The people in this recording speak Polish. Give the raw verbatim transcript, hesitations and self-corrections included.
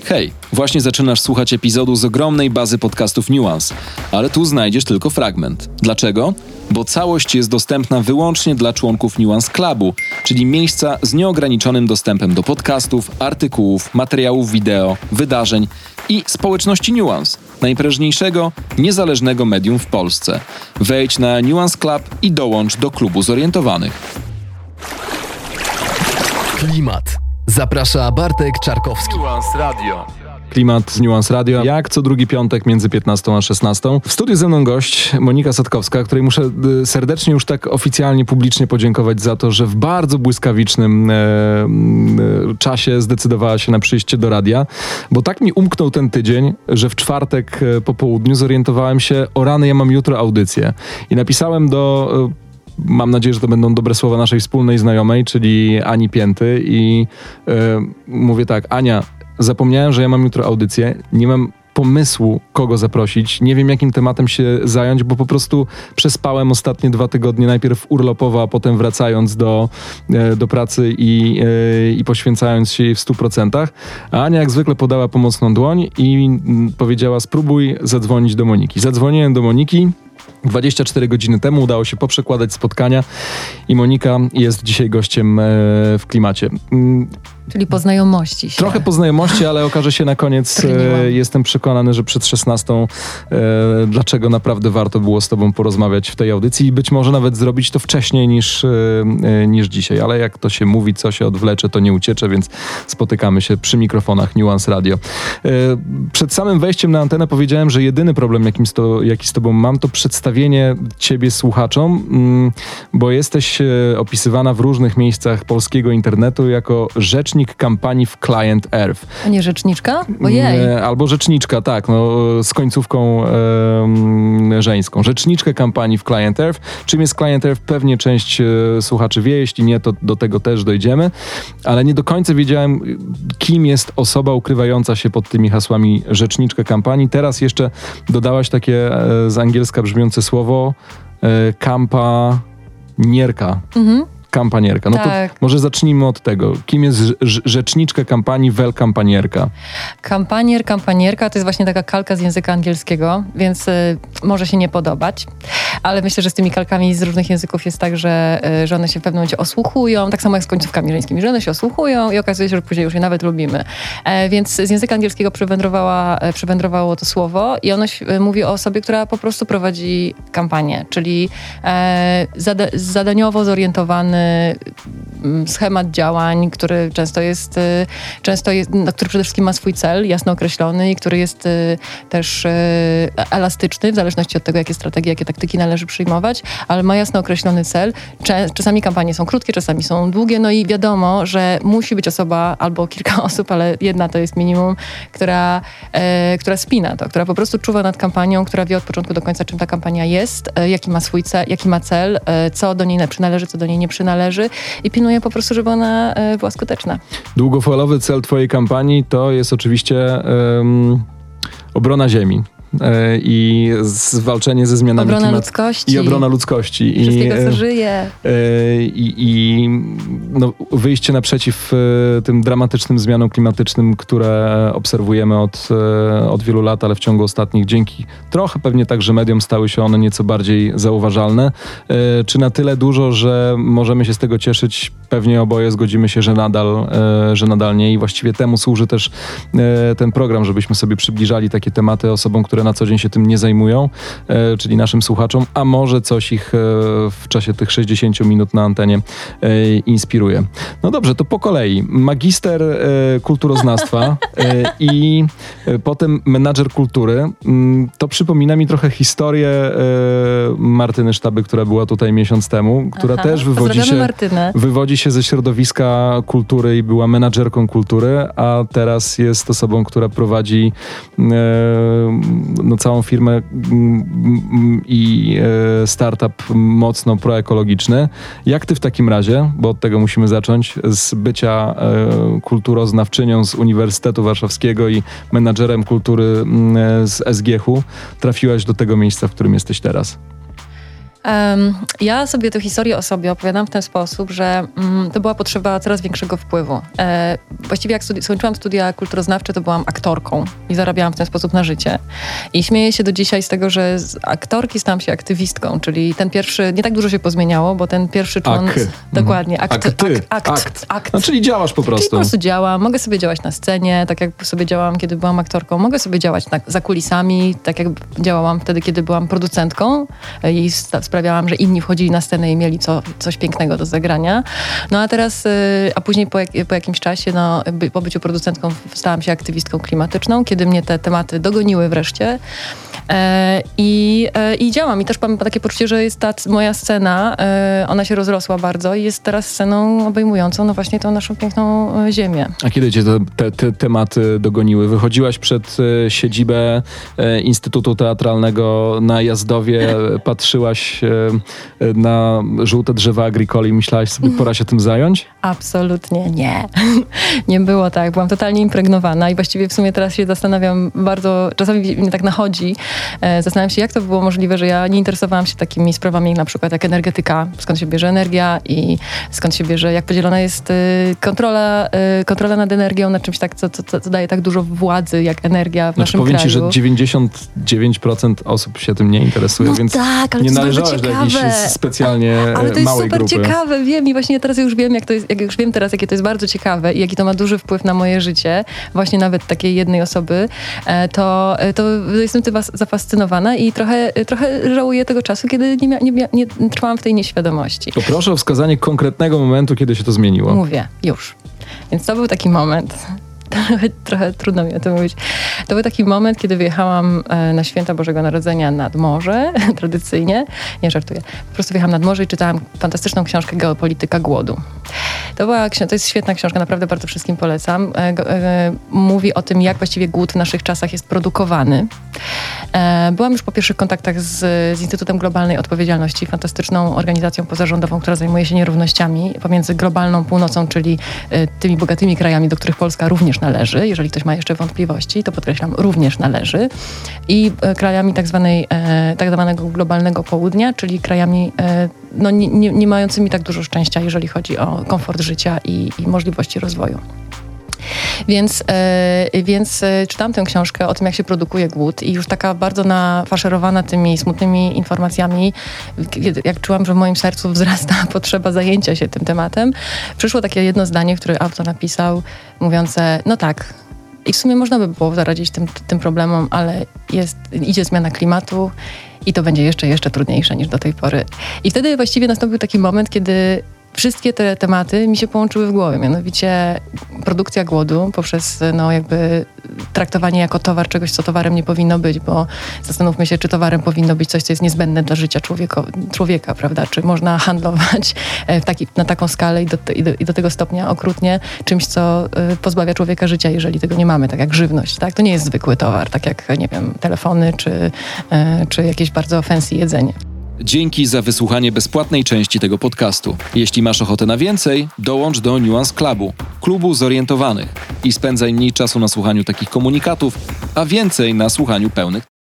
Hej, właśnie zaczynasz słuchać epizodu z ogromnej bazy podcastów Nuance, ale tu znajdziesz tylko fragment. Dlaczego? Bo całość jest dostępna wyłącznie dla członków Nuance Clubu, czyli miejsca z nieograniczonym dostępem do podcastów, artykułów, materiałów wideo, wydarzeń i społeczności Nuance, najprężniejszego, niezależnego medium w Polsce. Wejdź na Nuance Club i dołącz do klubu zorientowanych. Klimat. Zaprasza Bartek Czarkowski. Nuance Radio. Klimat z Nuance Radio, jak co drugi piątek między piętnastą a szesnastą. W studiu ze mną gość Monika Satkowska, której muszę serdecznie już tak oficjalnie, publicznie podziękować za to, że w bardzo błyskawicznym e, e, czasie zdecydowała się na przyjście do radia, bo tak mi umknął ten tydzień, że w czwartek po południu zorientowałem się, o rany, ja mam jutro audycję. I napisałem do... E, Mam nadzieję, że to będą dobre słowa naszej wspólnej znajomej, czyli Ani Pięty, i yy, mówię tak: Ania, zapomniałem, że ja mam jutro audycję, nie mam pomysłu, kogo zaprosić, nie wiem, jakim tematem się zająć, bo po prostu przespałem ostatnie dwa tygodnie, najpierw urlopowo, a potem wracając do, yy, do pracy i, yy, i poświęcając się jej w stu procentach. A Ania jak zwykle podała pomocną dłoń i yy, powiedziała: spróbuj zadzwonić do Moniki. Zadzwoniłem do Moniki. dwadzieścia cztery godziny temu udało się poprzekładać spotkania i Monika jest dzisiaj gościem e, w Klimacie. Czyli po znajomości się. Trochę po znajomości, ale okaże się na koniec, e, jestem przekonany, że przed szesnastą e, dlaczego naprawdę warto było z tobą porozmawiać w tej audycji i być może nawet zrobić to wcześniej niż, e, niż dzisiaj, ale jak to się mówi, co się odwlecze, to nie uciecze, więc spotykamy się przy mikrofonach Nuance Radio. E, przed samym wejściem na antenę powiedziałem, że jedyny problem, jakim sto, jaki z tobą mam, to przedstawienie ciebie słuchaczom, mm, bo jesteś e, opisywana w różnych miejscach polskiego internetu jako rzecznik kampanii w Client Earth. A nie rzeczniczka? Ojej. E, albo rzeczniczka, tak, no, z końcówką e, żeńską. Rzeczniczkę kampanii w Client Earth. Czym jest Client Earth? Pewnie część e, słuchaczy wie, jeśli nie, to do tego też dojdziemy, ale nie do końca wiedziałem, kim jest osoba ukrywająca się pod tymi hasłami rzeczniczka kampanii. Teraz jeszcze dodałaś takie e, z angielska brzmiące słowo e, kampanierka. Mhm. Kampanierka. No tak. To może zacznijmy od tego. Kim jest rzeczniczka kampanii, wel kampanierka? Kampanier, kampanierka to jest właśnie taka kalka z języka angielskiego, więc y, może się nie podobać, ale myślę, że z tymi kalkami z różnych języków jest tak, że, y, że one się w pewnym momencie osłuchują, tak samo jak z końcówkami żeńskimi, że one się osłuchują i okazuje się, że później już je nawet lubimy. E, więc z języka angielskiego przywędrowała, e, przywędrowało to słowo i ono się, e, mówi o osobie, która po prostu prowadzi kampanię, czyli e, zada- zadaniowo zorientowany schemat działań, który często jest, często jest, no, który przede wszystkim ma swój cel jasno określony i który jest też elastyczny w zależności od tego, jakie strategie, jakie taktyki należy przyjmować, ale ma jasno określony cel. Czasami kampanie są krótkie, czasami są długie, no i wiadomo, że musi być osoba albo kilka osób, ale jedna to jest minimum, która, e, która spina to, która po prostu czuwa nad kampanią, która wie od początku do końca, czym ta kampania jest, e, jaki ma swój cel, jaki ma cel, e, co do niej przynależy, co do niej nie przynależy i pilnuje po prostu, żeby ona e, była skuteczna. Długofalowy cel twojej kampanii to jest oczywiście um, obrona ziemi. I zwalczenie ze zmianami obrona klimatu. ludzkości. I obrona ludzkości. Wszystkiego, I, co żyje. I, i no, wyjście naprzeciw tym dramatycznym zmianom klimatycznym, które obserwujemy od, od wielu lat, ale w ciągu ostatnich, dzięki trochę pewnie także mediom, stały się one nieco bardziej zauważalne. Czy na tyle dużo, że możemy się z tego cieszyć? Pewnie oboje zgodzimy się, że nadal, że nadal nie. I właściwie temu służy też ten program, żebyśmy sobie przybliżali takie tematy osobom, które na co dzień się tym nie zajmują, e, czyli naszym słuchaczom, a może coś ich e, w czasie tych sześćdziesięciu minut na antenie e, inspiruje. No dobrze, to po kolei. Magister e, kulturoznawstwa e, i e, potem menadżer kultury. Mm, to przypomina mi trochę historię e, Martyny Sztaby, która była tutaj miesiąc temu, która Aha, też wywodzi się, Martynę. wywodzi się ze środowiska kultury i była menadżerką kultury, a teraz jest osobą, która prowadzi e, no, całą firmę i startup mocno proekologiczny. Jak ty w takim razie, bo od tego musimy zacząć, z bycia kulturoznawczynią z Uniwersytetu Warszawskiego i menadżerem kultury z S G H u trafiłaś do tego miejsca, w którym jesteś teraz? Um, ja sobie tę historię o sobie opowiadam w ten sposób, że um, to była potrzeba coraz większego wpływu. E, właściwie jak studi- skończyłam studia kulturoznawcze, to byłam aktorką i zarabiałam w ten sposób na życie. I śmieję się do dzisiaj z tego, że z aktorki stałam się aktywistką, czyli ten pierwszy, nie tak dużo się pozmieniało, bo ten pierwszy człon... Ak. Dokładnie, akt, Akty. akt, akt, Akt. akt. No, czyli działasz po prostu. Czyli po prostu działam, mogę sobie działać na scenie, tak jak sobie działałam, kiedy byłam aktorką, mogę sobie działać na, za kulisami, tak jak działałam wtedy, kiedy byłam producentką i sta- sprawiałam, że inni wchodzili na scenę i mieli co, coś pięknego do zagrania. No a teraz, a później po, jak, po jakimś czasie, no, by, po byciu producentką stałam się aktywistką klimatyczną, kiedy mnie te tematy dogoniły wreszcie. E, i, e, I działam. I też mam takie poczucie, że jest ta moja scena, e, ona się rozrosła bardzo i jest teraz sceną obejmującą no właśnie tą naszą piękną e, ziemię. A kiedy cię te, te, te tematy dogoniły? Wychodziłaś przed e, siedzibę e, Instytutu Teatralnego na Jazdowie, patrzyłaś e, na żółte drzewa agricoli i myślałaś sobie, pora się tym zająć? Absolutnie nie. Nie było tak. Byłam totalnie impregnowana i właściwie w sumie teraz się zastanawiam bardzo, czasami mnie tak nachodzi, e, zastanawiam się, jak to było możliwe, że ja nie interesowałam się takimi sprawami, na przykład jak energetyka, skąd się bierze energia i skąd się bierze, jak podzielona jest y, kontrola, y, kontrola nad energią, nad czymś tak, co, co, co daje tak dużo władzy, jak energia w Znaczy, naszym powiem kraju. ci, że dziewięćdziesiąt dziewięć procent osób się tym nie interesuje, No więc tak, ale nie to jest należałaś bardzo do jakiejś ciekawe. specjalnie Ale to jest małej super grupy. ciekawe, wiem i właśnie teraz już wiem, jak to jest, jak już wiem teraz, jakie to jest bardzo ciekawe i jaki to ma duży wpływ na moje życie, właśnie nawet takiej jednej osoby, e, to, e, to jestem tym was- zafascynowana i trochę, trochę żałuję tego czasu, kiedy nie, mia- nie, mia- nie trwałam w tej nieświadomości. To proszę o wskazanie konkretnego momentu, kiedy się to zmieniło. Mówię, już. Więc to był taki moment. Trochę, trochę trudno mi o tym mówić. To był taki moment, kiedy wyjechałam e, na święta Bożego Narodzenia nad morze, tradycyjnie. Nie żartuję. Po prostu wyjechałam nad morze i czytałam fantastyczną książkę Geopolityka głodu. To, była, ksi- to jest świetna książka, naprawdę bardzo wszystkim polecam. E, go- e, mówi o tym, jak właściwie głód w naszych czasach jest produkowany. E, byłam już po pierwszych kontaktach z, z Instytutem Globalnej Odpowiedzialności, fantastyczną organizacją pozarządową, która zajmuje się nierównościami pomiędzy globalną północą, czyli e, tymi bogatymi krajami, do których Polska również należy. Jeżeli ktoś ma jeszcze wątpliwości, to podkreślam, również należy. I e, krajami tak, zwanej, e, tak zwanego globalnego południa, czyli krajami e, no, nie, nie, nie mającymi tak dużo szczęścia, jeżeli chodzi o komfort życia i, i możliwości rozwoju. Więc, e, więc e, czytałam tę książkę o tym, jak się produkuje głód i już taka bardzo nafaszerowana tymi smutnymi informacjami, kiedy, jak czułam, że w moim sercu wzrasta potrzeba zajęcia się tym tematem, przyszło takie jedno zdanie, które autor napisał, mówiące, no tak, i w sumie można by było zaradzić tym, tym problemom, ale jest, idzie zmiana klimatu i to będzie jeszcze, jeszcze trudniejsze niż do tej pory. I wtedy właściwie nastąpił taki moment, kiedy wszystkie te tematy mi się połączyły w głowie, mianowicie produkcja głodu poprzez no, jakby traktowanie jako towar czegoś, co towarem nie powinno być, bo zastanówmy się, czy towarem powinno być coś, co jest niezbędne dla życia człowieka, człowieka prawda? Czy można handlować w taki, na taką skalę i do, i, do, i do tego stopnia okrutnie czymś, co y, pozbawia człowieka życia, jeżeli tego nie mamy, tak jak żywność, tak? To nie jest zwykły towar, tak jak, nie wiem, telefony, czy, y, czy jakieś bardzo fancy jedzenie. Dzięki za wysłuchanie bezpłatnej części tego podcastu. Jeśli masz ochotę na więcej, dołącz do Nuance Clubu, klubu zorientowanych i spędzaj mniej czasu na słuchaniu takich komunikatów, a więcej na słuchaniu pełnych